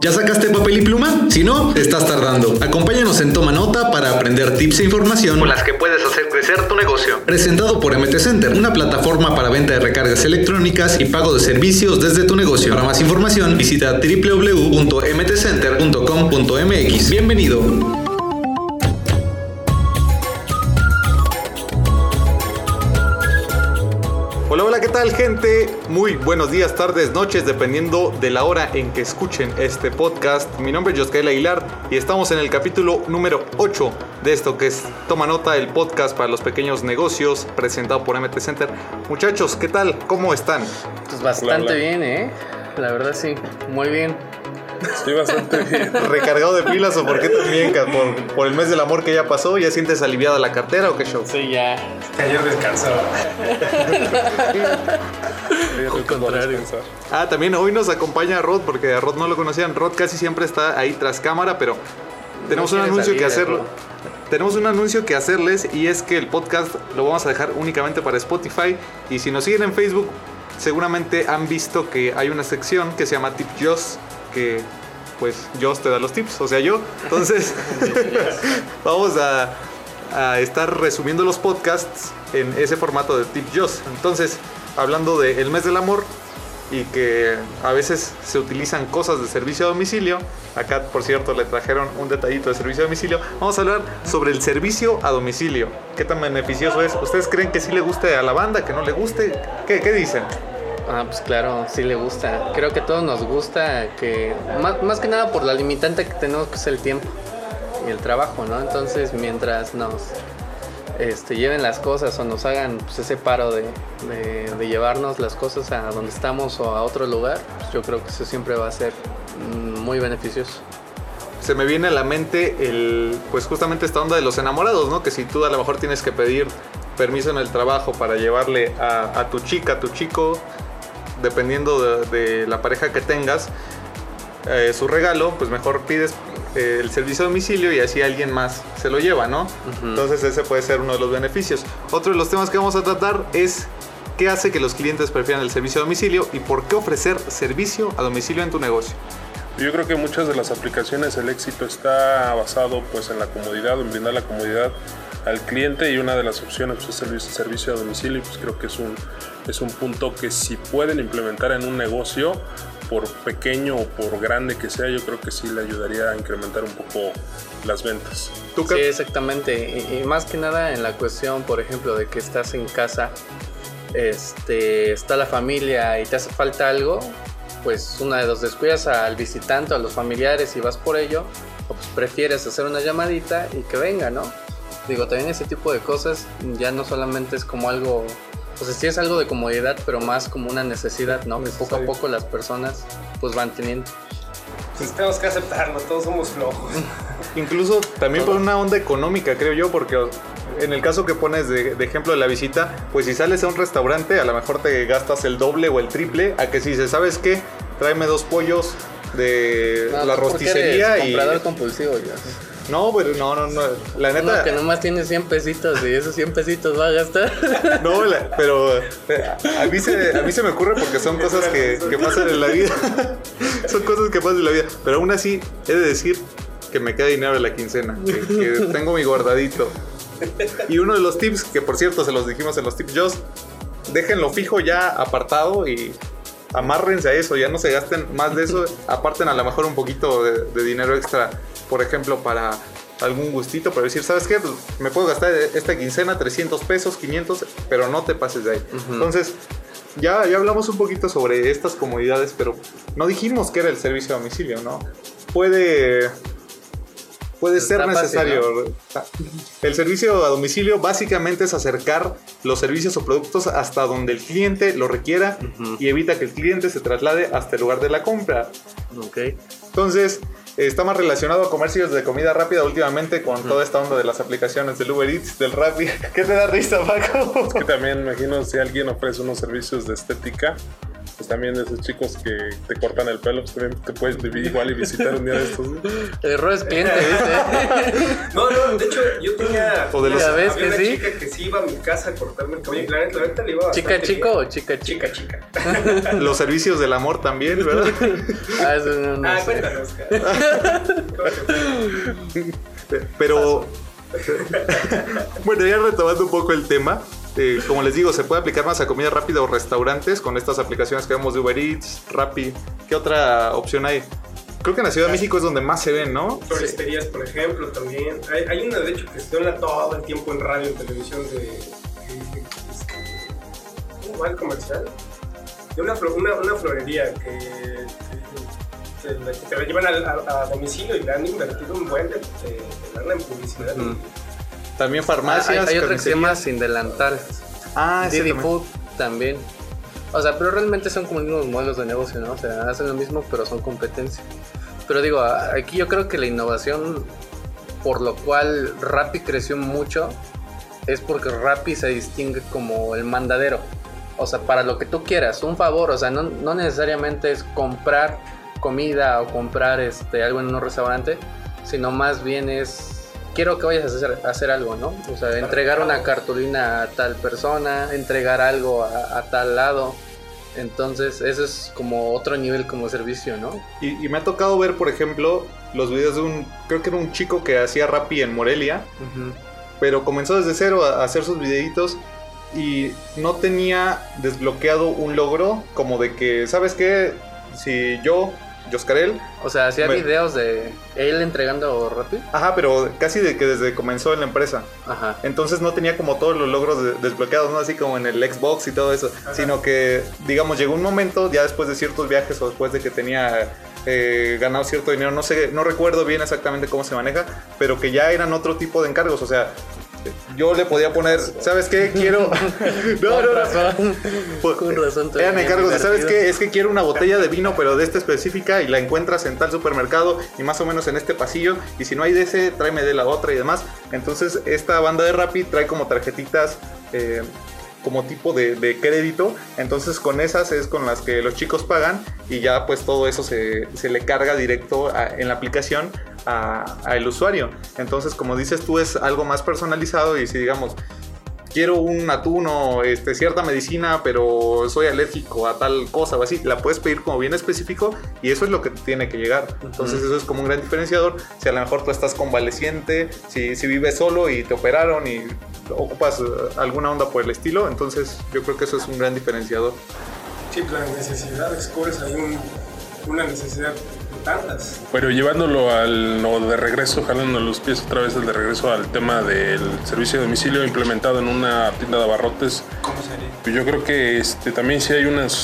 ¿Ya sacaste papel y pluma? Si no, estás tardando. Acompáñanos en Toma Nota para aprender tips e información con las que puedes hacer crecer tu negocio. Presentado por MT Center, una plataforma para venta de recargas electrónicas y pago de servicios desde tu negocio. Para más información, visita www.mtcenter.com.mx. Bienvenido. Hola, ¿qué tal, gente? Muy buenos días, tardes, noches, dependiendo de la hora en que escuchen este podcast. Mi nombre es Joscael Aguilar y estamos en el capítulo número 8 de esto que es Toma Nota, el podcast para los pequeños negocios, presentado por MT Center. Muchachos, ¿qué tal? ¿Cómo están? Pues bastante bien, ¿eh? La verdad sí, muy bien. Estoy bastante bien. ¿Recargado de pilas o por qué también? ¿Por el mes del amor que ya pasó? ¿Ya sientes aliviada la cartera o qué show? Sí, ya. Ayer descansaba. Al contrario. También hoy nos acompaña Rod, porque a Rod no lo conocían. Rod casi siempre está ahí tras cámara, pero tenemos un anuncio que hacer. Tenemos un anuncio que hacerles, y es que el podcast lo vamos a dejar únicamente para Spotify. Y si nos siguen en Facebook, seguramente han visto que hay una sección que se llama Tip Joss, que pues Joss te da los tips, o sea yo. Entonces vamos a estar resumiendo los podcasts en ese formato de Tip Joss. Entonces, hablando del mes del amor y que a veces se utilizan cosas de servicio a domicilio, acá por cierto le trajeron un detallito de servicio a domicilio, vamos a hablar sobre el servicio a domicilio. ¿Qué tan beneficioso es? ¿Ustedes creen que sí le guste a la banda, que no le guste? ¿Qué dicen? Pues claro, sí le gusta. Creo que a todos nos gusta, que más que nada por la limitante que tenemos, que es el tiempo y el trabajo, ¿no? Entonces, mientras nos lleven las cosas o nos hagan pues, ese paro de llevarnos las cosas a donde estamos o a otro lugar, pues yo creo que eso siempre va a ser muy beneficioso. Se me viene a la mente pues justamente esta onda de los enamorados, ¿no? Que si tú a lo mejor tienes que pedir permiso en el trabajo para llevarle a tu chica, a tu chico, dependiendo de la pareja que tengas, su regalo, pues mejor pides el servicio a domicilio y así alguien más se lo lleva, ¿no? Uh-huh. Entonces ese puede ser uno de los beneficios. Otro de los temas que vamos a tratar es qué hace que los clientes prefieran el servicio a domicilio y por qué ofrecer servicio a domicilio en tu negocio. Yo creo que en muchas de las aplicaciones el éxito está basado pues en la comodidad, en brindar la comodidad al cliente, y una de las opciones pues, es el servicio a domicilio, y pues creo que es un punto que si pueden implementar en un negocio, por pequeño o por grande que sea, yo creo que sí le ayudaría a incrementar un poco las ventas. Sí, exactamente, y más que nada en la cuestión, por ejemplo, de que estás en casa, está la familia y te hace falta algo, pues una de dos, descuidas al visitante o a los familiares y vas por ello, o pues prefieres hacer una llamadita y que venga, ¿no? Digo, también ese tipo de cosas ya no solamente es como algo, o sea, sí es algo de comodidad, pero más como una necesidad, ¿no? Que poco a poco las personas pues van teniendo. Pues tenemos que aceptarlo, todos somos flojos. Incluso también por una onda económica, creo yo, porque en el caso que pones de ejemplo de la visita, pues si sales a un restaurante, a lo mejor te gastas el doble o el triple, a que si dices, ¿sabes qué? Tráeme 2 pollos de la rosticería y... comprador compulsivo ya. No, pero no, la neta... Uno que nomás tiene 100 pesitos y esos 100 pesitos va a gastar. No, pero a mí se me ocurre porque son cosas que pasan en la vida. Son cosas que pasan en la vida. Pero aún así, he de decir que me queda dinero de la quincena, que tengo mi guardadito. Y uno de los tips, que por cierto se los dijimos en los tips Joss, déjenlo fijo ya apartado y amárrense a eso, ya no se gasten más de eso, aparten a lo mejor un poquito de dinero extra, por ejemplo, para algún gustito, para decir, ¿sabes qué? Pues me puedo gastar esta quincena 300 pesos, 500, pero no te pases de ahí. Uh-huh. Entonces, ya hablamos un poquito sobre estas comodidades, pero no dijimos que era el servicio a domicilio, ¿no? Puede ser necesario, fácil, ¿no? El servicio a domicilio básicamente es acercar los servicios o productos hasta donde el cliente lo requiera, uh-huh, y evita que el cliente se traslade hasta el lugar de la compra. Okay. Entonces, está más relacionado a comercios de comida rápida últimamente con, uh-huh, toda esta onda de las aplicaciones del Uber Eats, del Rappi. ¿Qué te da risa, Paco? Es que también imagino si alguien ofrece unos servicios de estética, pues también de esos chicos que te cortan el pelo, pues también te puedes igual y visitar un día de estos, ¿no? Error es cliente, ¿viste? No, de hecho, yo tenía. O de los- ¿Ya ves había que una sí? chica que sí iba a mi casa a cortarme el cabello. La neta le iba bastante ¿Chica chico bien. o chica chica? Chica. Los servicios del amor también, ¿verdad? Ah, eso no sé. Cuéntanos, cara. ¿Cómo te fue? Pero, bueno, ya retomando un poco el tema, como les digo, se puede aplicar más a comida rápida o restaurantes con estas aplicaciones que vemos de Uber Eats, Rappi. ¿Qué otra opción hay? Creo que en la Ciudad de México es donde más se ven, ¿no? Floristerías, por ejemplo, también. Hay una, de hecho, que suena todo el tiempo en radio, en televisión, ¿cómo va el comercial? De una florería que te la llevan a domicilio y le han invertido un buen de lana en publicidad. También farmacias. Hay otra que se llama carnicerías. Sin Delantal. Ah, sí, Didi también. Food también. O sea, pero realmente son como los mismos modelos de negocio, ¿no? O sea, hacen lo mismo, pero son competencia. Pero digo, aquí yo creo que la innovación por lo cual Rappi creció mucho es porque Rappi se distingue como el mandadero. O sea, para lo que tú quieras, un favor, o sea, no necesariamente es comprar comida o comprar algo en un restaurante, sino más bien es, quiero que vayas a hacer algo, ¿no? O sea, entregar una cartulina a tal persona, entregar algo a tal lado. Entonces, eso es como otro nivel como servicio, ¿no? Y me ha tocado ver, por ejemplo, los videos de creo que era un chico que hacía Rappi en Morelia, Uh-huh. pero comenzó desde cero a hacer sus videitos y no tenía desbloqueado un logro como de que, ¿sabes qué? Si Yoscarel, O sea, hacía Me- videos de él entregando Rappi. ajá, pero casi de que desde comenzó en la empresa. Ajá. Entonces no tenía como todos los logros desbloqueados, ¿no? Así como en el Xbox y todo eso. Sino que, digamos, llegó un momento, ya después de ciertos viajes o después de que tenía ganado cierto dinero, no sé, no recuerdo bien exactamente cómo se maneja, pero que ya eran otro tipo de encargos. O sea, yo le podía poner, ¿sabes qué? Quiero... Con razón. Con razón. te Eran veías encargos de, ¿sabes divertido. qué? Es que quiero una botella de vino, pero de esta específica y la encuentras en tal supermercado y más o menos en este pasillo. Y si no hay de ese, tráeme de la otra y demás. Entonces, esta banda de Rappi trae como tarjetitas como tipo de crédito. Entonces, con esas es con las que los chicos pagan y ya pues todo eso se le carga directo en la aplicación al usuario. Entonces, como dices tú, es algo más personalizado y si digamos... Quiero un atún o cierta medicina, pero soy alérgico a tal cosa o así, la puedes pedir como bien específico y eso es lo que tiene que llegar. Entonces eso es como un gran diferenciador. Si a lo mejor tú estás convaleciente, si vives solo y te operaron y ocupas alguna onda por el estilo, entonces yo creo que eso es un gran diferenciador. Sí, pues las necesidades, cubres ahí una necesidad de tantas. Pero llevándolo de regreso, jalando los pies otra vez de regreso al tema del servicio de domicilio implementado en una tienda de abarrotes, ¿Cómo sería? pues yo creo que también si hay una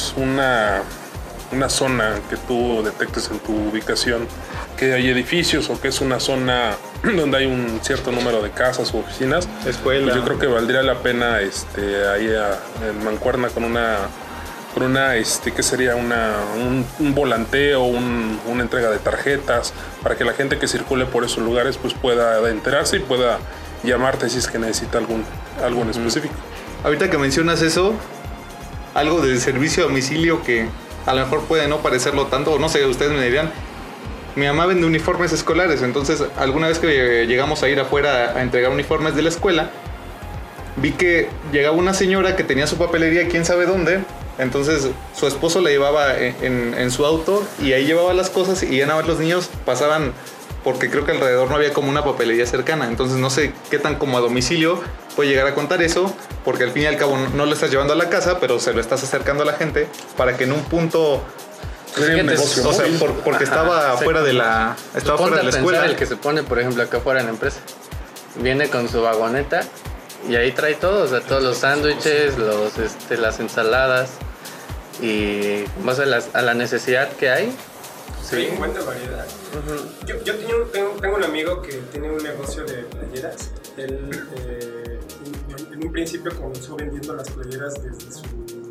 zona que tú detectes en tu ubicación, que hay edificios o que es una zona donde hay un cierto número de casas u oficinas, Escuela. pues yo creo que valdría la pena ahí en mancuerna con una ¿qué sería? Un volanteo, una entrega de tarjetas, para que la gente que circule por esos lugares pues pueda enterarse y pueda llamarte si es que necesita algo en específico. Ahorita que mencionas eso, algo de servicio a domicilio que a lo mejor puede no parecerlo tanto, o no sé, ustedes me dirían. Mi mamá vende uniformes escolares, entonces alguna vez que llegamos a ir afuera a entregar uniformes de la escuela, vi que llegaba una señora que tenía su papelería quién sabe dónde. Entonces su esposo la llevaba en su auto y ahí llevaba las cosas y ya nada más los niños pasaban, porque creo que alrededor no había como una papelería cercana. Entonces no sé qué tan como a domicilio puede llegar a contar eso, porque al fin y al cabo no lo estás llevando a la casa, pero se lo estás acercando a la gente para que en un punto... Sería un negocio O sea, móvil. porque estaba sí. fuera de la, estaba Ponte fuera de a la pensar escuela. el que se pone, por ejemplo, acá afuera en la empresa. Viene con su vagoneta y ahí trae todo, o sea, todos los sándwiches, las ensaladas y más a la necesidad que hay. Sí, hay un buen de variedad. Yo tengo un amigo que tiene un negocio de playeras. Él en un principio comenzó vendiendo las playeras desde su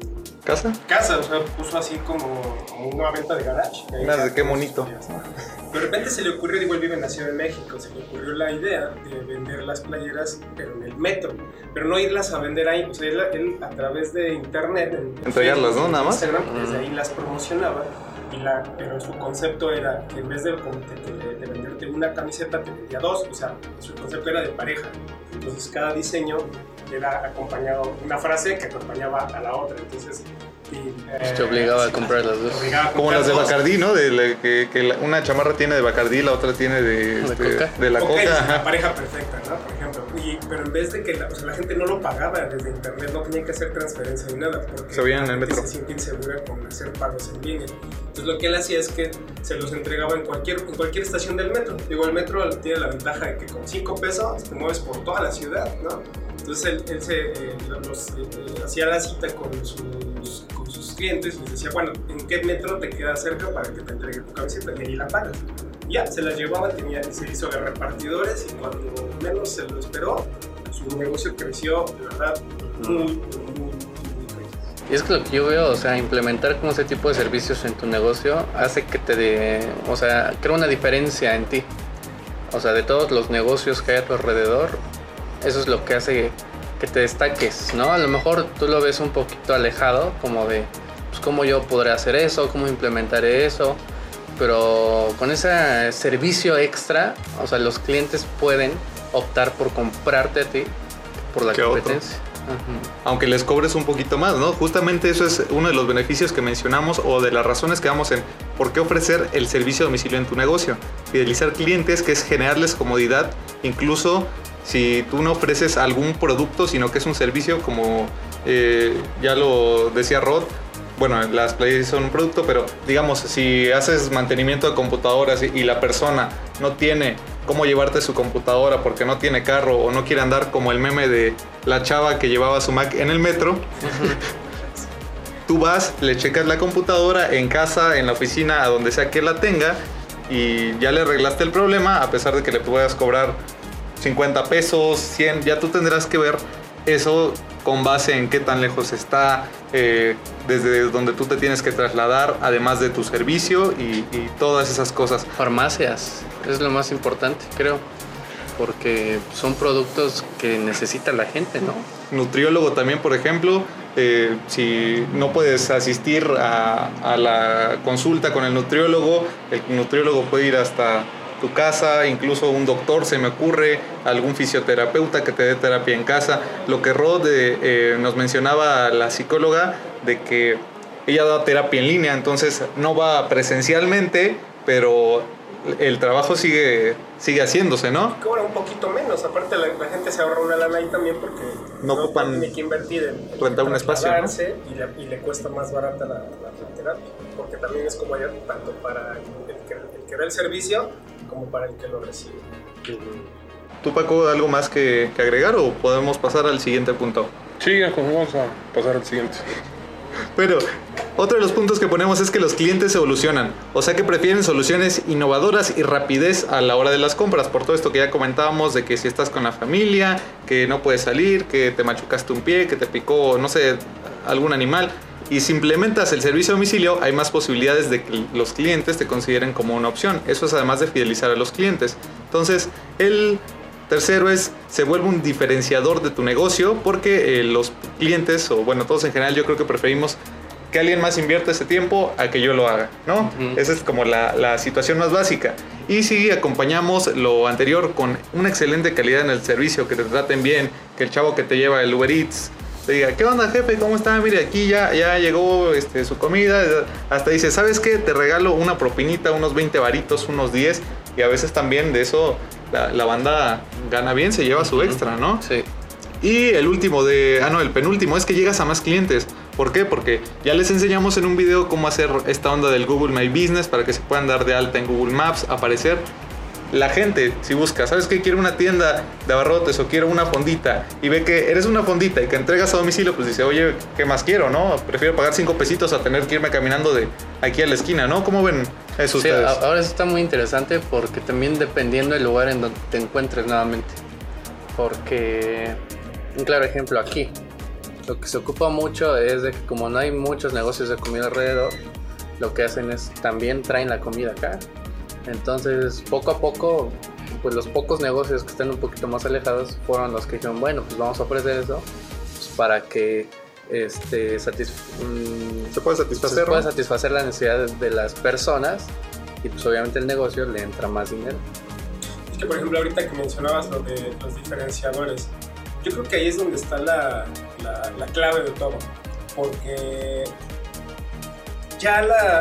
¿Casa? Casa, o sea, puso así como una venta de garage. Unas de qué bonito. De repente se le ocurrió, digo, él vive en la Ciudad de México, se le ocurrió la idea de vender las playeras, pero en el metro, pero no irlas a vender ahí, o sea, él a través de internet, entregarlas, ¿no? Nada más. Instagram, desde ahí las promocionaba, pero su concepto era que en vez de venderte una camiseta, te vendía dos, o sea, su concepto era de pareja, entonces cada diseño era acompañado, una frase que acompañaba a la otra, entonces... te obligaba a comprar las dos. Como las de Bacardí, ¿no? Una chamarra tiene de Bacardí, la otra tiene de la Coca. Es una pareja perfecta, ¿no? Por ejemplo. Pero en vez de que la gente no lo pagaba desde internet, no tenía que hacer transferencia ni nada, porque se veían en el metro. Se siente insegura con hacer pagos en línea. Entonces lo que él hacía es que se los entregaba en cualquier estación del metro. Digo, el metro tiene la ventaja de que con 5 pesos te mueves por toda la ciudad, ¿no? Entonces él hacía la cita con sus clientes y les decía, bueno, ¿en qué metro te queda cerca para que te entregue tu camiseta? Y ahí la pagas. Ya, se las llevaba, se hizo de repartidores y cuando menos se lo esperó, su negocio creció, de verdad, muy. Y es que lo que yo veo, o sea, implementar como ese tipo de servicios en tu negocio hace que crea una diferencia en ti. O sea, de todos los negocios que hay a tu alrededor, eso es lo que hace que te destaques, ¿no? A lo mejor tú lo ves un poquito alejado, como de, pues, ¿cómo yo podré hacer eso? ¿Cómo implementaré eso? Pero con ese servicio extra, o sea, los clientes pueden optar por comprarte a ti por la competencia. Aunque les cobres un poquito más, ¿no? Justamente eso es uno de los beneficios que mencionamos o de las razones que damos en por qué ofrecer el servicio a domicilio en tu negocio. Fidelizar clientes, que es generarles comodidad, incluso si tú no ofreces algún producto, sino que es un servicio, como ya lo decía Rod. Bueno, las playeras son un producto, pero digamos, si haces mantenimiento de computadoras y la persona no tiene cómo llevarte su computadora porque no tiene carro o no quiere andar como el meme de la chava que llevaba su Mac en el metro, tú vas, le checas la computadora en casa, en la oficina, a donde sea que la tenga, y ya le arreglaste el problema, a pesar de que le puedas cobrar 50 pesos, 100, ya tú tendrás que ver eso con base en qué tan lejos está, desde donde tú te tienes que trasladar, además de tu servicio y todas esas cosas. Farmacias, es lo más importante, creo, porque son productos que necesita la gente, ¿no? Nutriólogo también, por ejemplo, si no puedes asistir a la consulta con el nutriólogo puede ir hasta tu casa, incluso un doctor, se me ocurre, algún fisioterapeuta que te dé terapia en casa. Lo que Rod nos mencionaba, la psicóloga, de que ella da terapia en línea, entonces no va presencialmente, pero el trabajo sigue haciéndose, ¿no? Cobra un poquito menos, aparte la gente se ahorra una lana ahí también porque no tiene que invertir en rentar un espacio, ¿no? y le cuesta más barata la terapia, porque también es como ya tanto para el que da el servicio como para el que lo recibe. ¿Tú, Paco, algo más que agregar o podemos pasar al siguiente punto? Sí, vamos a pasar al siguiente. Pero otro de los puntos que ponemos es que los clientes evolucionan, o sea que prefieren soluciones innovadoras y rapidez a la hora de las compras, por todo esto que ya comentábamos de que si estás con la familia, que no puedes salir, que te machucaste un pie, que te picó, no sé, algún animal, y si implementas el servicio a domicilio, hay más posibilidades de que los clientes te consideren como una opción. Eso es además de fidelizar a los clientes. Entonces, el tercero se vuelve un diferenciador de tu negocio, porque los clientes, o bueno, todos en general, yo creo que preferimos que alguien más invierta ese tiempo a que yo lo haga, ¿no? Esa es como la situación más básica. Y si acompañamos lo anterior con una excelente calidad en el servicio, que te traten bien, que el chavo que te lleva el Uber Eats te diga, ¿qué onda, jefe? ¿Cómo está? Mire, aquí ya llegó su comida. Hasta dice, ¿sabes qué? Te regalo una propinita, unos 20 varitos, unos 10. Y a veces también de eso la banda gana bien, se lleva su extra, ¿no? Sí. Y el penúltimo es que llegas a más clientes. ¿Por qué? Porque ya les enseñamos en un video cómo hacer esta onda del Google My Business para que se puedan dar de alta en Google Maps, aparecer. La gente, si busca, ¿sabes qué? Quiero una tienda de abarrotes o quiero una fondita, y ve que eres una fondita y que entregas a domicilio, pues dice, oye, ¿qué más quiero, no? Prefiero pagar 5 pesitos a tener que irme caminando de aquí a la esquina, ¿no? ¿Cómo ven eso sí, ustedes? Ahora eso está muy interesante porque también dependiendo del lugar en donde te encuentres nuevamente. Porque, un claro ejemplo aquí. Lo que se ocupa mucho es de que como no hay muchos negocios de comida alrededor, lo que hacen es también traen la comida acá. Entonces, poco a poco, pues los pocos negocios que están un poquito más alejados fueron los que dijeron, bueno, pues vamos a ofrecer eso pues para que se puede satisfacer, se puede satisfacer la necesidad de las personas y pues obviamente el negocio le entra más dinero. Es que por ejemplo ahorita que mencionabas lo de los diferenciadores, yo creo que ahí es donde está la clave de todo, porque ya la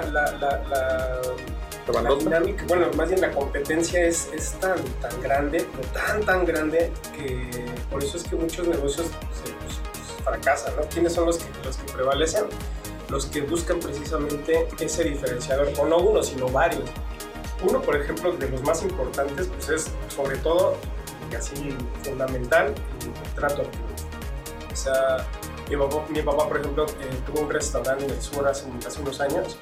dinámica, bueno, más bien la competencia es tan grande, pero tan grande, que por eso es que muchos negocios fracasan, ¿no? ¿Quiénes son los que prevalecen? Los que buscan precisamente ese diferenciador, o no uno, sino varios. Uno, por ejemplo, de los más importantes, pues es sobre todo, y así fundamental, el trato al cliente. O sea, mi papá, por ejemplo, tuvo un restaurante en el sur hace unos años.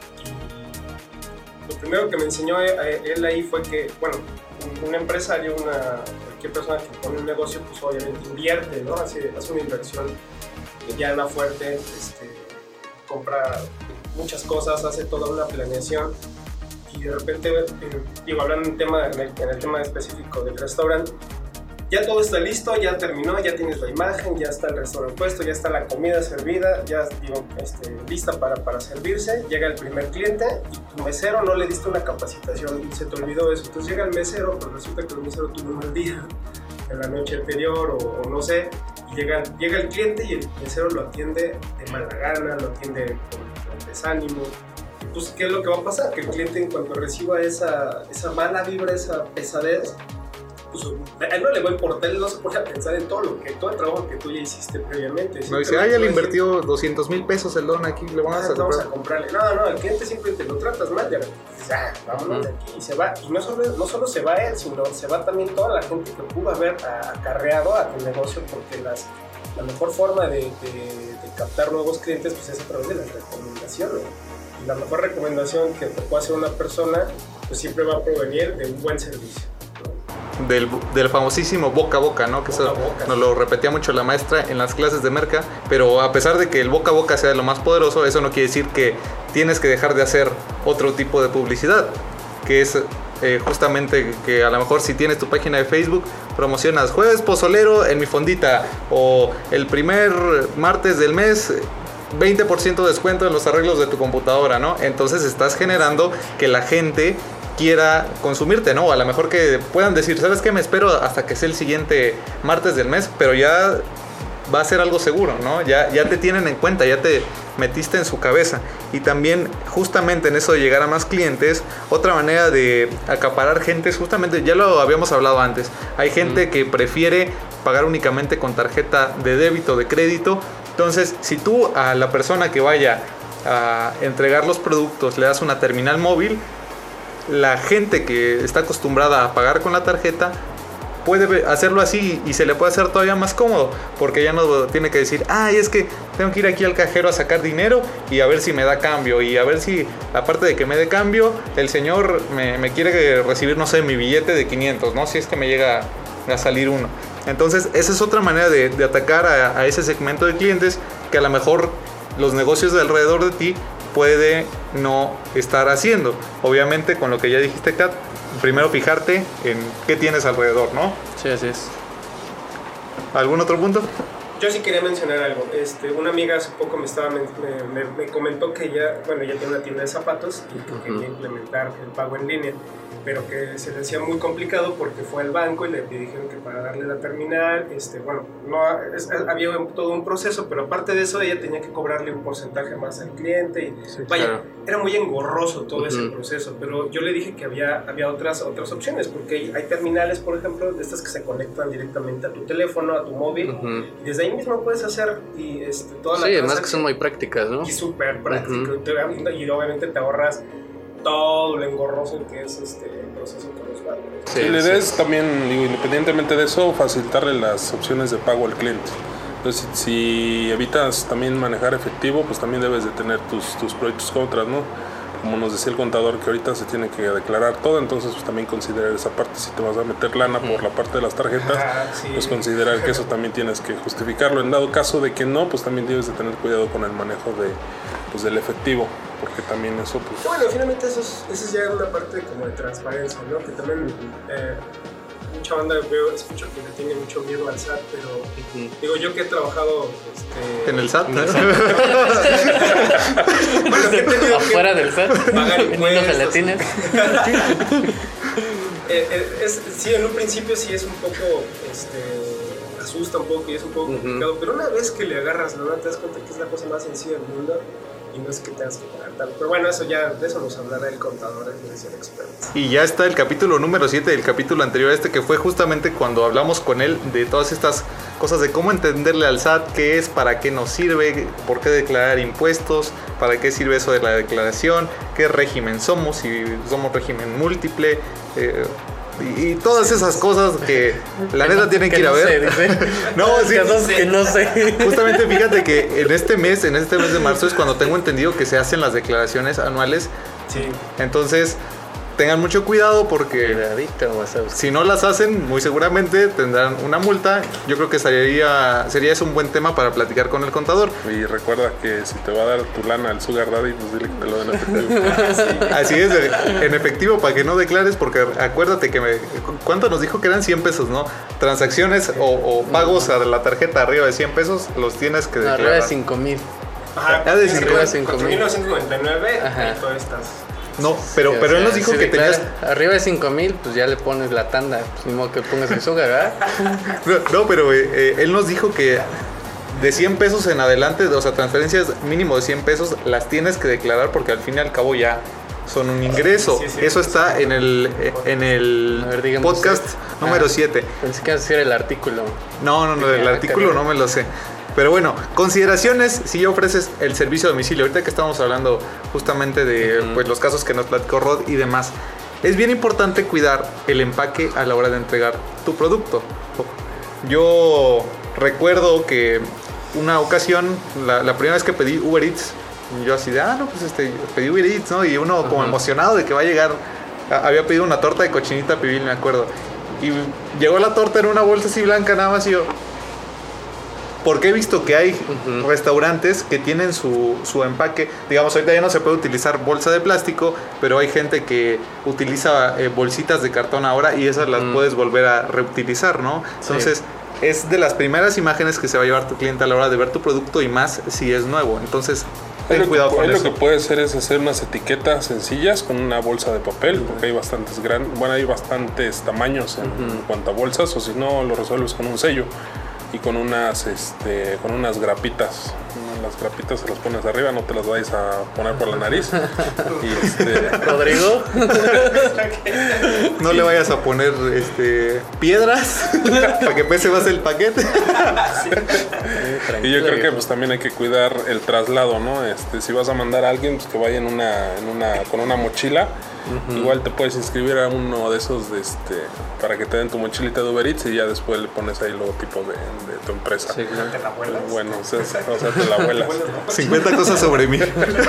Lo primero que me enseñó él ahí fue que, bueno, un empresario, cualquier persona que pone un negocio, pues obviamente invierte, ¿no? Hace una inversión llana fuerte, compra muchas cosas, hace toda una planeación y de repente, hablando en el tema específico del restaurante, ya todo está listo, ya terminó, ya tienes la imagen, ya está el restaurante puesto, ya está la comida servida, ya lista para servirse. Llega el primer cliente y tu mesero no le diste una capacitación y se te olvidó eso. Entonces llega el mesero, pero resulta que el mesero tuvo un mal día en la noche anterior o no sé, y llega el cliente y el mesero lo atiende de mala gana, lo atiende con desánimo. Pues, ¿qué es lo que va a pasar? Que el cliente, en cuanto reciba esa mala vibra, esa pesadez, pues a él no le va a importar, él no se pone a pensar en todo el trabajo que tú ya hiciste previamente. No dice, ya le invirtió 200,000 pesos el don aquí, le vamos a comprarle. No, el cliente siempre te lo tratas mal, ya vámonos de aquí, y se va. Y no solo se va él, sino se va también toda la gente que pudo haber acarreado a tu negocio, porque la mejor forma de captar nuevos clientes pues es a través de las recomendaciones. Y la mejor recomendación que te puede hacer una persona pues siempre va a provenir de un buen servicio. Del famosísimo boca a boca, ¿no? Que nos lo repetía mucho la maestra en las clases de merca, pero a pesar de que el boca a boca sea lo más poderoso, eso no quiere decir que tienes que dejar de hacer otro tipo de publicidad, que es justamente que a lo mejor si tienes tu página de Facebook, promocionas jueves pozolero en mi fondita, o el primer martes del mes 20% de descuento en los arreglos de tu computadora, ¿no? Entonces estás generando que la gente quiera consumirte, ¿no? A lo mejor que puedan decir, ¿sabes qué? Me espero hasta que sea el siguiente martes del mes, pero ya va a ser algo seguro, ¿no? Ya te tienen en cuenta, ya te metiste en su cabeza. Y también justamente en eso de llegar a más clientes, otra manera de acaparar gente es justamente, ya lo habíamos hablado antes, hay gente que prefiere pagar únicamente con tarjeta de débito, de crédito. Entonces, si tú a la persona que vaya a entregar los productos le das una terminal móvil, la gente que está acostumbrada a pagar con la tarjeta puede hacerlo así y se le puede hacer todavía más cómodo, porque ya no tiene que decir, es que tengo que ir aquí al cajero a sacar dinero y a ver si me da cambio, y a ver si aparte de que me dé cambio el señor me quiere recibir, no sé, mi billete de 500, ¿no? Si es que me llega a salir uno. Entonces esa es otra manera de atacar a ese segmento de clientes que a lo mejor los negocios de alrededor de ti puede no estar haciendo. Obviamente, con lo que ya dijiste, Kat, primero fijarte en qué tienes alrededor, ¿no? Sí, así es. ¿Algún otro punto? Yo sí quería mencionar algo. Una amiga hace poco me comentó que ella tiene una tienda de zapatos y que quería implementar el pago en línea, pero que se le hacía muy complicado porque fue al banco y le dijeron que para darle la terminal, había todo un proceso, pero aparte de eso ella tenía que cobrarle un porcentaje más al cliente y era muy engorroso todo ese proceso, pero yo le dije que había otras opciones, porque hay terminales, por ejemplo, de estas que se conectan directamente a tu teléfono, a tu móvil, y desde ahí mismo puedes hacer toda la además que son muy prácticas, ¿no? Y súper práctico, y obviamente te ahorras todo lo engorroso que es el proceso con los bancos. Sí, la idea es también, independientemente de eso, facilitarle las opciones de pago al cliente. Entonces, si evitas también manejar efectivo, pues también debes de tener tus proyectos contras, ¿no? como nos decía el contador, que ahorita se tiene que declarar todo, entonces pues también considerar esa parte. Si te vas a meter lana por la parte de las tarjetas, Sí. pues considerar que eso también tienes que justificarlo. En dado caso de que no, pues también debes de tener cuidado con el manejo del efectivo, porque también eso pues... Bueno, finalmente eso es ya una parte como de transparencia, ¿no? Que también mucha banda escucho que le tiene mucho miedo al SAT, pero digo yo que he trabajado En el SAT. bueno, que he tenido Afuera del SAT, pagar vendiendo impuestos. gelatinas. Sí, en un principio sí es un poco, asusta un poco y es un poco complicado, pero una vez que le agarras la nota te das cuenta que es la cosa más sencilla del mundo y no es que tengas que pagar tanto. Pero bueno, de eso nos hablará el contador, es el experto. Y ya está el capítulo número 7 del capítulo anterior a este, que fue justamente cuando hablamos con él de todas estas cosas de cómo entenderle al SAT, qué es, para qué nos sirve, por qué declarar impuestos, para qué sirve eso de la declaración, qué régimen somos, si somos régimen múltiple, y todas esas cosas que la neta tienen que ir a ver. No, sí, que no sé. Justamente fíjate que en este mes de marzo es cuando tengo entendido que se hacen las declaraciones anuales. Sí. Entonces, tengan mucho cuidado porque Cuidadito, WhatsApp. si no las hacen, muy seguramente tendrán una multa. Yo creo que sería ese un buen tema para platicar con el contador. Y recuerda que si te va a dar tu lana al Sugar Daddy, pues dile que te lo den en efectivo. Así es, en efectivo, para que no declares, porque acuérdate que ¿cuánto nos dijo que eran 100 pesos, no? Transacciones o pagos a la tarjeta arriba de 100 pesos los tienes que declarar. Arriba de 5,000. Ajá, Ya de 4,999 Ajá. y todas estas. No, pero Sí, o él sea, nos dijo si que tenías... arriba de 5,000, pues ya le pones la tanda. Pues ni modo que pongas el Sugar, ¿verdad? No, pero él nos dijo que de 100 pesos en adelante, o sea, transferencias mínimo de 100 pesos, las tienes que declarar porque al fin y al cabo ya son un ingreso. Sí, sí, Eso sí. está en el A ver, dígame podcast usted. número 7. Pensé que ibas a decir el artículo. No, el Ah, artículo caray. no me lo sé. Pero bueno, consideraciones si ya ofreces el servicio a domicilio. Ahorita que estamos hablando justamente de pues, los casos que nos platicó Rod y demás. Es bien importante cuidar el empaque a la hora de entregar tu producto. Yo recuerdo que una ocasión, la primera vez que pedí Uber Eats, yo así de, no, pues pedí Uber Eats, ¿no? Y uno como emocionado de que va a llegar, había pedido una torta de cochinita pibil, me acuerdo. Y llegó la torta en una bolsa así blanca nada más y yo... Porque he visto que hay restaurantes que tienen su empaque. Digamos, ahorita ya no se puede utilizar bolsa de plástico, pero hay gente que utiliza bolsitas de cartón ahora y esas las puedes volver a reutilizar, ¿no? Entonces, es de las primeras imágenes que se va a llevar tu cliente a la hora de ver tu producto y más si es nuevo. Entonces, ten cuidado con eso. Lo que puede hacer es hacer unas etiquetas sencillas con una bolsa de papel, porque hay hay bastantes tamaños en cuanto a bolsas, o si no, lo resuelves con un sello. Y con unas grapitas. Las grapitas se las pones arriba, no te las vayas a poner por la nariz. Rodrigo. No le vayas a poner piedras para que pese más el paquete. Y yo creo que pues también hay que cuidar el traslado, ¿no? Si vas a mandar a alguien, pues que vaya con una mochila. Igual te puedes inscribir a uno de esos para que te den tu mochilita de Uber Eats y ya después le pones ahí el logotipo de tu empresa. Sí, claro. ¿Te la vuelas? Bueno, o sea, te la vuelas. 50 cosas sobre mí.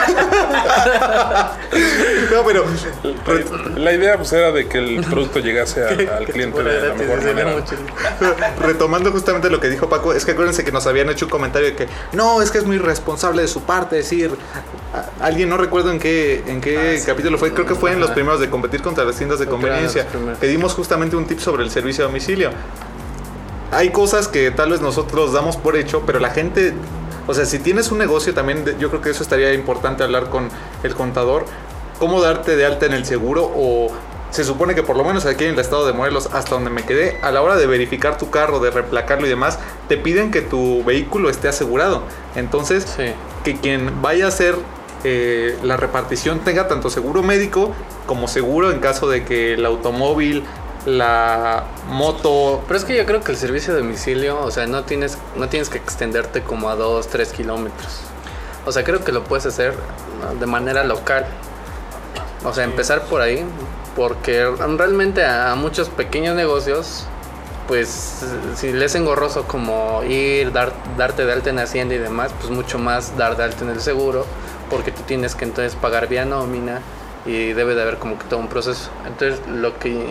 No, pero La idea pues era de que el producto llegase al cliente de la mejor manera. retomando justamente lo que dijo Paco, es que acuérdense que nos habían hecho un comentario de que no, es que es muy irresponsable de su parte decir, alguien no recuerdo en qué capítulo fue, creo que fue en los primeros de competir contra las tiendas de conveniencia. Pedimos justamente un tip sobre el servicio a domicilio. Hay cosas que tal vez nosotros damos por hecho, pero la gente, o sea, si tienes un negocio también, yo creo que eso estaría importante hablar con el contador, cómo darte de alta en el seguro, o se supone que por lo menos aquí en el estado de Morelos, hasta donde me quedé, a la hora de verificar tu carro, de replacarlo y demás, te piden que tu vehículo esté asegurado. Entonces, que quien vaya a hacer la repartición tenga tanto seguro médico como seguro en caso de que el automóvil, la moto... Pero es que yo creo que el servicio de domicilio, o sea, no tienes que extenderte como a 2-3 kilómetros. O sea, creo que lo puedes hacer, ¿no?, de manera local. O sea, empezar por ahí, porque realmente a muchos pequeños negocios, pues si les es engorroso como ir, darte de alta en Hacienda y demás, pues mucho más dar de alta en el seguro porque tú tienes que entonces pagar vía nómina y debe de haber como que todo un proceso. Entonces lo que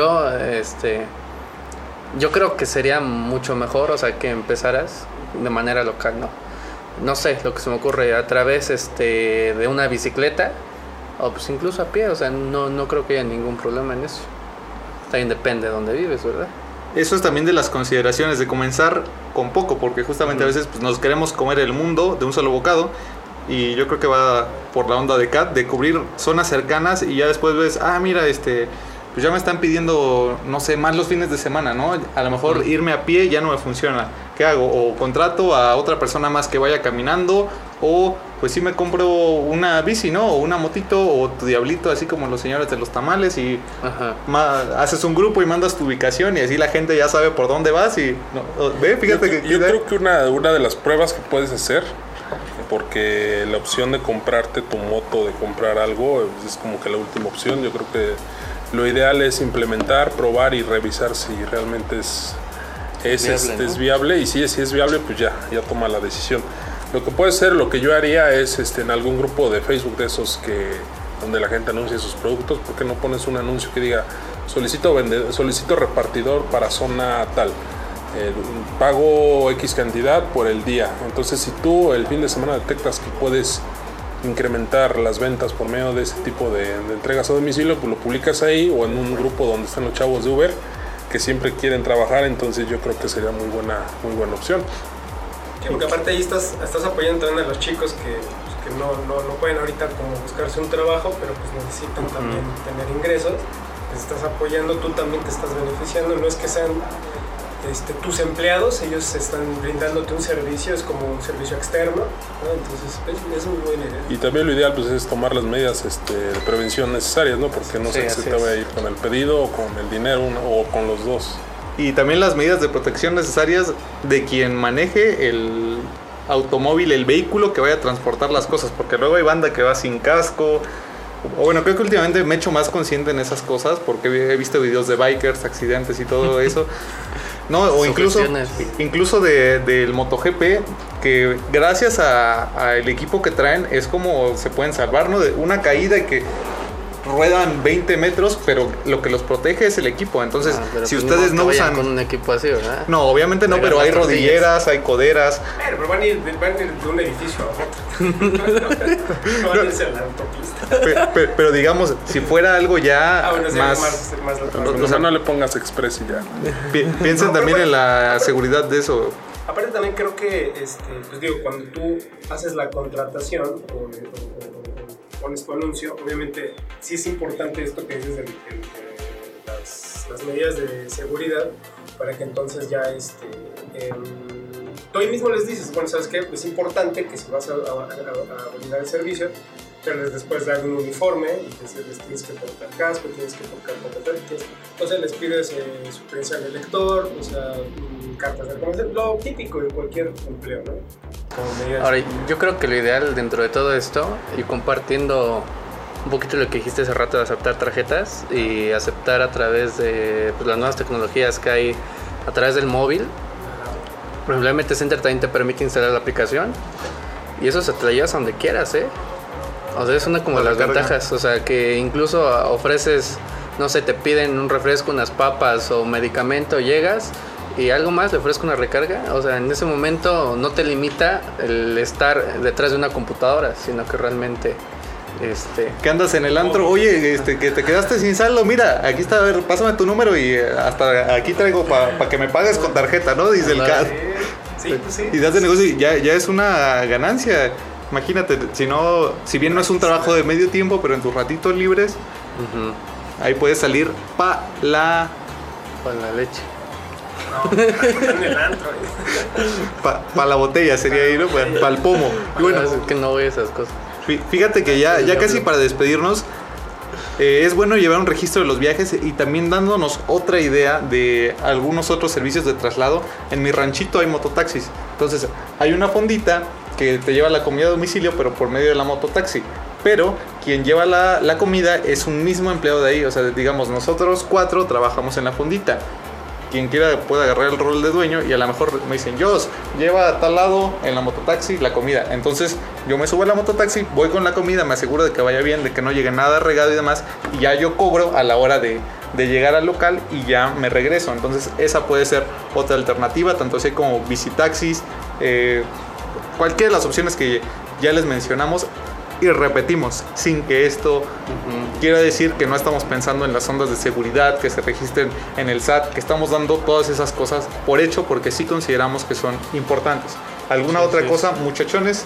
yo creo que sería mucho mejor, o sea, que empezaras de manera local, no sé, lo que se me ocurre, a través de una bicicleta o pues incluso a pie, o sea, no creo que haya ningún problema en eso. También depende de dónde vives, ¿verdad? Eso es también de las consideraciones de comenzar con poco, porque justamente a veces pues, nos queremos comer el mundo de un solo bocado, y yo creo que va por la onda de Cat, de cubrir zonas cercanas, y ya después ves, mira, pues ya me están pidiendo, no sé, más los fines de semana, ¿no? A lo mejor irme a pie ya no me funciona. ¿Qué hago? O contrato a otra persona más que vaya caminando, o pues sí me compro una bici, ¿no? O una motito, o tu diablito, así como los señores de los tamales, y haces un grupo y mandas tu ubicación, y así la gente ya sabe por dónde vas. Y ve, fíjate yo creo que una de las pruebas que puedes hacer, porque la opción de comprarte tu moto, de comprar algo, es como que la última opción. Yo creo que lo ideal es implementar, probar y revisar si realmente es viable, es viable, y si es viable, pues ya toma la decisión. Lo que puede ser, lo que yo haría es en algún grupo de Facebook de esos donde la gente anuncia sus productos, ¿por qué no pones un anuncio que diga solicito repartidor para zona tal? Pago X cantidad por el día. Entonces, si tú el fin de semana detectas que puedes incrementar las ventas por medio de ese tipo de entregas a domicilio, pues lo publicas ahí, o en un grupo donde están los chavos de Uber que siempre quieren trabajar. Entonces yo creo que sería muy buena opción. Sí, porque aparte ahí estás apoyando también a los chicos que no pueden ahorita como buscarse un trabajo, pero pues necesitan también tener ingresos. Les estás apoyando, tú también te estás beneficiando. No es que sean tus empleados, ellos están brindándote un servicio, es como un servicio externo, ¿no? Entonces es muy buena idea. Y también lo ideal pues es tomar las medidas de prevención necesarias, ¿no? Porque no sé si te va a ir con el pedido o con el dinero, o con los dos. Y también las medidas de protección necesarias de quien maneje el automóvil, el vehículo que vaya a transportar las cosas, porque luego hay banda que va sin casco. O bueno, creo que últimamente me he hecho más consciente en esas cosas, porque he visto videos de bikers, accidentes y todo eso. No, o incluso del MotoGP, que gracias al equipo que traen es como se pueden salvar, ¿no? De una caída y que ruedan 20 metros, pero lo que los protege es el equipo. Entonces, si pues ustedes no usan con un equipo así, ¿verdad? No, obviamente no, pero hay rodilleras, hay coderas. Pero van a ir de un edificio a otro. No van a irse a la autopista. Pero digamos, si fuera algo ya más o sea, no le pongas express y ya. Piensen también en la seguridad de eso. Aparte también creo que, pues digo, cuando tú haces la contratación o pones tu anuncio, obviamente sí es importante esto que dices de las medidas de seguridad, para que entonces ya tú ahí mismo les dices, bueno, ¿sabes qué? Es importante que si vas a brindar el servicio, que después de un uniforme, y les tienes que portar casco, tienes que portar competencias, entonces les pides su credencial de lector, o sea, cartas de recomendación, lo típico de cualquier empleo, ¿no? Ahora, yo creo que lo ideal dentro de todo esto, y compartiendo un poquito lo que dijiste hace rato de aceptar tarjetas y aceptar a través de las nuevas tecnologías que hay a través del móvil. Por ejemplo, MT Center también te permite instalar la aplicación y eso se te la llevas a donde quieras, ¿eh? O sea, es una como de las ventajas, o sea, que incluso ofreces, no sé, te piden un refresco, unas papas o medicamento, llegas y algo más, le ofrezco una recarga. O sea, en ese momento no te limita el estar detrás de una computadora, sino que realmente que andas en el antro, oye, que te quedaste sin saldo, mira, aquí está, a ver, pásame tu número y hasta aquí traigo para que me pagues con tarjeta, ¿no? Dice el CAD. Sí, pues sí. Y das de negocio y ya es una ganancia. Imagínate, si bien no es un trabajo de medio tiempo, pero en tus ratitos libres, ahí puedes salir pa' la leche. No, en el antro. Pa' la botella sería ahí, ¿no? Pa' el pomo. Y bueno, es que no voy a esas cosas. Fíjate que ya casi para despedirnos, es bueno llevar un registro de los viajes y también dándonos otra idea de algunos otros servicios de traslado. En mi ranchito hay mototaxis. Entonces, hay una fondita que te lleva la comida a domicilio, pero por medio de la mototaxi. Pero quien lleva la comida es un mismo empleado de ahí. O sea, digamos, nosotros 4 trabajamos en la fondita. Quien quiera puede agarrar el rol de dueño y a lo mejor me dicen, Jos, lleva a tal lado en la mototaxi la comida. Entonces yo me subo a la mototaxi, voy con la comida, me aseguro de que vaya bien, de que no llegue nada regado y demás, y ya yo cobro a la hora de llegar al local y ya me regreso. Entonces esa puede ser otra alternativa, tanto así como visitaxis, cualquiera de las opciones que ya les mencionamos. Y repetimos, sin que esto quiera decir que no estamos pensando en las ondas de seguridad, que se registren en el SAT, que estamos dando todas esas cosas por hecho, porque sí consideramos que son importantes. ¿Alguna otra cosa, muchachones?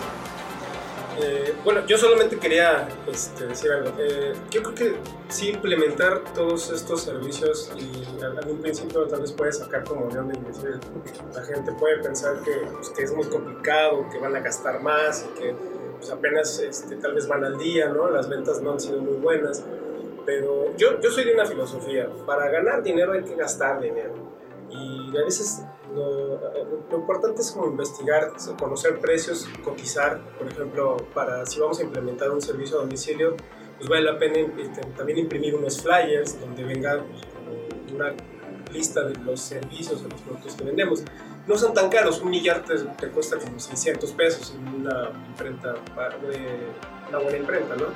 Bueno, yo solamente quería decir algo. Yo creo que sí implementar todos estos servicios, y en un principio tal vez puede sacar como de donde la gente puede pensar que es muy complicado, que van a gastar más y que pues apenas tal vez van al día, ¿no? Las ventas no han sido muy buenas, pero yo soy de una filosofía: para ganar dinero hay que gastar dinero, y a veces lo importante es como investigar, conocer precios, cotizar. Por ejemplo, si vamos a implementar un servicio a domicilio, pues vale la pena también imprimir unos flyers donde venga una lista de los servicios o los productos que vendemos. No son tan caros, un millar te cuesta como 600 pesos en una imprenta, una buena imprenta, ¿no?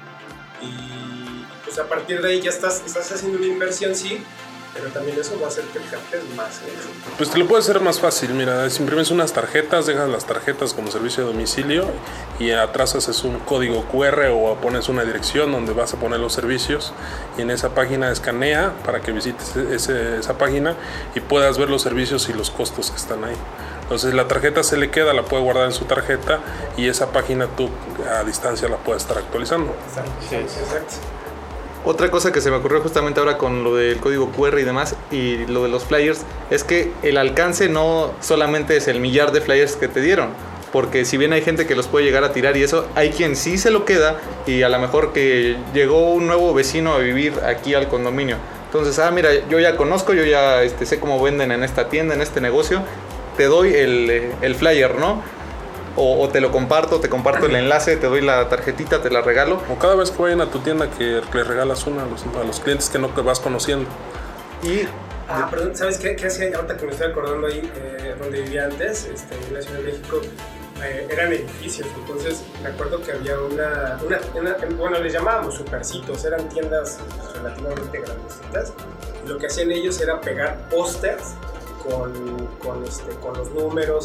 Y pues a partir de ahí ya estás haciendo una inversión, sí, pero también eso va a hacer que captes más. Pues te lo puede hacer más fácil. Mira, imprimes unas tarjetas, dejas las tarjetas como servicio de domicilio y atrás haces un código QR o pones una dirección donde vas a poner los servicios, y en esa página escanea para que visites esa página y puedas ver los servicios y los costos que están ahí. Entonces la tarjeta se le queda, la puede guardar en su tarjeta, y esa página tú a distancia la puedes estar actualizando. Exacto. Otra cosa que se me ocurrió justamente ahora con lo del código QR y demás, y lo de los flyers, es que el alcance no solamente es el millar de flyers que te dieron, porque si bien hay gente que los puede llegar a tirar y eso, hay quien sí se lo queda, y a lo mejor que llegó un nuevo vecino a vivir aquí al condominio. Entonces, mira, yo ya conozco, yo ya sé cómo venden en esta tienda, en este negocio, te doy el flyer, ¿no? O te lo comparto, te comparto el enlace, te doy la tarjetita, te la regalo. O cada vez que vayan a tu tienda que les regalas una a los clientes que vas conociendo. Y perdón, ¿sabes qué hacía? Ahorita que me estoy acordando ahí, donde vivía antes, en la Ciudad de México, eran edificios. Entonces me acuerdo que había bueno, les llamábamos supercitos, eran tiendas relativamente grandecitas. Lo que hacían ellos era pegar pósters con los números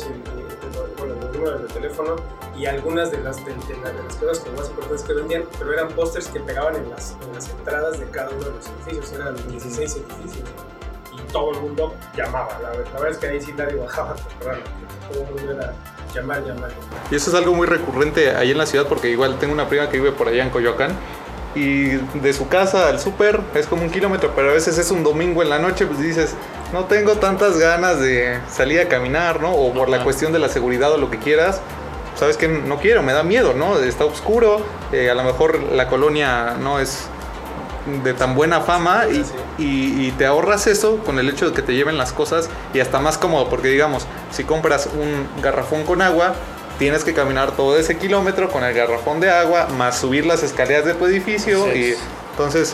los números de teléfono y algunas de las cosas que más importantes que vendían, pero eran pósters que pegaban en las entradas de cada uno de los edificios. Eran 16 edificios y todo el mundo llamaba. La verdad es que ahí sí nadie bajaba, todo el mundo era llamar. Y eso es algo muy recurrente ahí en la ciudad, porque igual tengo una prima que vive por allá en Coyoacán, y de su casa al súper es como 1 kilómetro, pero a veces es un domingo en la noche, pues dices, no tengo tantas ganas de salir a caminar, ¿no? O por la cuestión de la seguridad o lo que quieras, sabes que no quiero, me da miedo, ¿no? Está oscuro, a lo mejor la colonia no es de tan buena fama, y te ahorras eso con el hecho de que te lleven las cosas, y hasta más cómodo, porque digamos, si compras un garrafón con agua, tienes que caminar todo ese kilómetro con el garrafón de agua, más subir las escaleras de tu edificio, y entonces...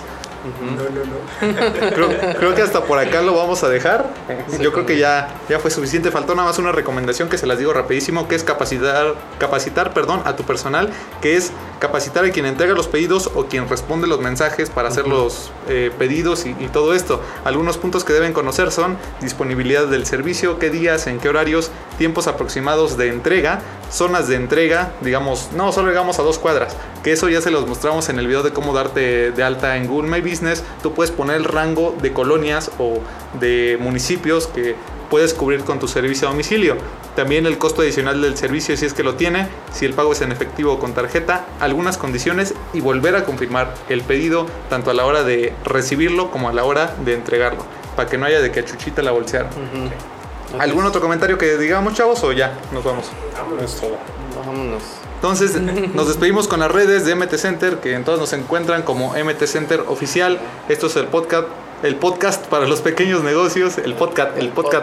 No. Creo que hasta por acá lo vamos a dejar. Yo creo que ya fue suficiente. Faltó nada más una recomendación que se las digo rapidísimo, que es capacitar a tu personal, que es capacitar a quien entrega los pedidos o quien responde los mensajes para hacer los pedidos y todo esto. Algunos puntos que deben conocer son disponibilidad del servicio, qué días, en qué horarios, tiempos aproximados de entrega, zonas de entrega, digamos, no solo llegamos a 2 cuadras, que eso ya se los mostramos en el video de cómo darte de alta en Google My Business. Tú puedes poner el rango de colonias o de municipios que puedes cubrir con tu servicio a domicilio. También el costo adicional del servicio, si es que lo tiene, si el pago es en efectivo o con tarjeta, algunas condiciones, y volver a confirmar el pedido tanto a la hora de recibirlo como a la hora de entregarlo, para que no haya de que a Chuchita la bolsearon. ¿Algún otro comentario que digamos, chavos, o ya nos vamos? Es todo. Vámonos. Entonces nos despedimos con las redes de MT Center, que en todas nos encuentran como MT Center Oficial. Esto es el podcast para los pequeños negocios, el podcast.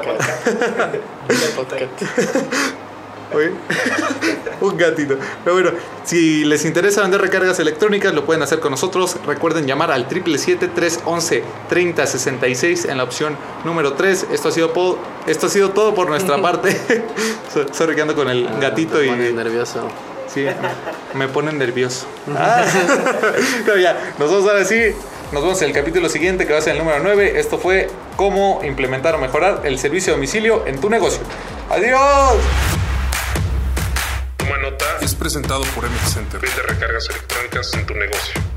Un gatito. Pero bueno, si les interesa vender recargas electrónicas, lo pueden hacer con nosotros. Recuerden llamar al 777-311-3066 en la opción número 3. Esto ha sido todo por nuestra parte. Sorry que ando con el gatito me pone nervioso. Sí, me ponen nervioso. Pero ya, nosotros ahora sí, nos vemos en el capítulo siguiente, que va a ser el número 9. Esto fue cómo implementar o mejorar el servicio de domicilio en tu negocio. ¡Adiós! Toma nota es presentado por MX Center. Vende recargas electrónicas en tu negocio.